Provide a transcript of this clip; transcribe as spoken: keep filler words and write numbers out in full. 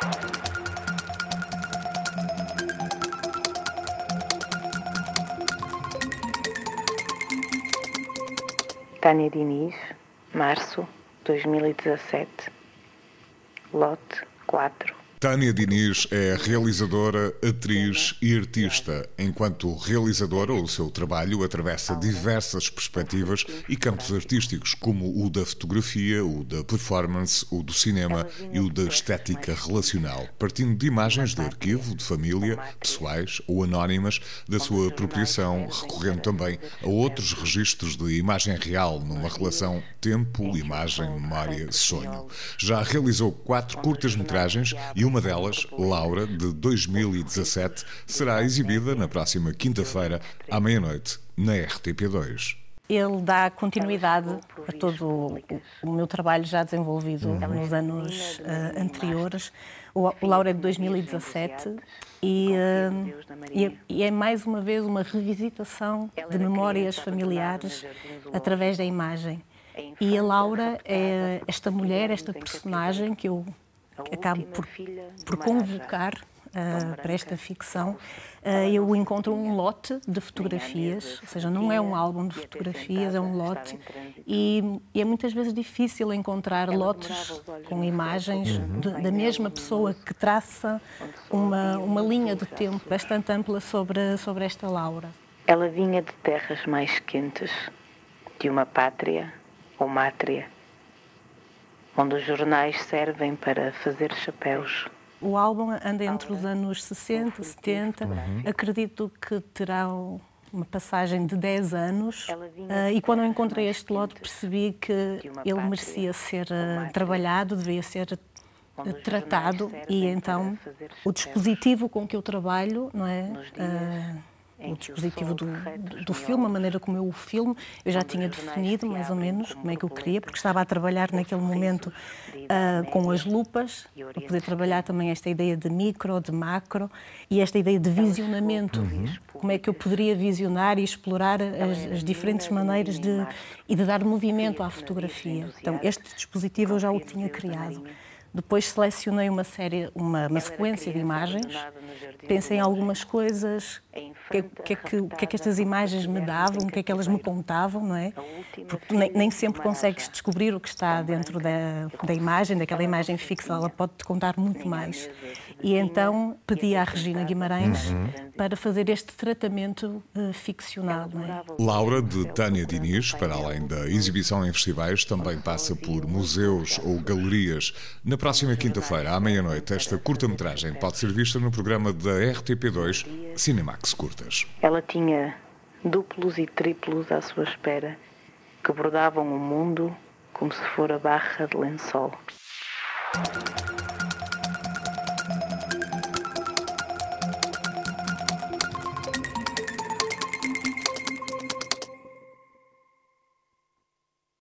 Tânia Diniz, março dois mil e dezassete, lote quatro. Tânia Diniz é realizadora, atriz e artista. Enquanto realizadora, o seu trabalho atravessa diversas perspectivas e campos artísticos, como o da fotografia, o da performance, o do cinema e o da estética relacional, partindo de imagens de arquivo, de família, pessoais ou anónimas, da sua apropriação, recorrendo também a outros registros de imagem real numa relação tempo, imagem, memória, sonho. Já realizou quatro curtas-metragens e uma Uma delas, Laura, de dois mil e dezassete, será exibida na próxima quinta-feira, à meia-noite, na R T P dois. Ele dá continuidade a todo o, o meu trabalho já desenvolvido uhum. nos anos uh, anteriores. O, o Laura é de dois mil e dezassete e, uh, e, é, e é mais uma vez uma revisitação de memórias familiares através da imagem. E a Laura é esta mulher, esta personagem que eu acabo por, por convocar uh, para esta ficção. Uh, eu encontro um lote de fotografias, ou seja, não é um álbum de fotografias, é um lote, e, e é muitas vezes difícil encontrar lotes com imagens uhum. de, da mesma pessoa que traça uma, uma linha de tempo bastante ampla sobre, sobre esta Laura. Ela vinha de terras mais quentes, de uma pátria ou mátria, onde os jornais servem para fazer chapéus. O álbum anda entre os anos sessenta, setenta. Uhum. Acredito que terá uma passagem de dez anos. Uh, e quando eu encontrei este lote, percebi que ele merecia ser uh, trabalhado, devia ser uh, tratado. E então, o dispositivo com que eu trabalho, não é? Uh, o dispositivo do, do, do filme, a maneira como eu o filmo, eu já tinha definido mais ou menos como é que eu queria, porque estava a trabalhar naquele momento uh, com as lupas, para poder trabalhar também esta ideia de micro, de macro e esta ideia de visionamento. Uhum. Como é que eu poderia visionar e explorar as, as diferentes maneiras de, e de dar movimento à fotografia. Então, este dispositivo eu já o tinha criado. Depois selecionei uma série, uma, uma sequência de imagens, pensei em algumas coisas, o que, que, é que, o que é que estas imagens me davam, o que é que elas me contavam, não é? Porque tu nem, nem sempre consegues descobrir o que está dentro da, da imagem, daquela imagem fixa, ela pode-te contar muito mais. E então pedi à Regina Guimarães uhum. para fazer este tratamento uh, ficcional. Não é? Laura, de Tânia Diniz, para além da exibição em festivais, também passa por museus ou galerias. Na próxima quinta-feira, à meia-noite, esta curta-metragem pode ser vista no programa da R T P dois, Cinemax Curtas. Ela tinha duplos e triplos à sua espera, que bordavam o mundo como se fora barra de lençol.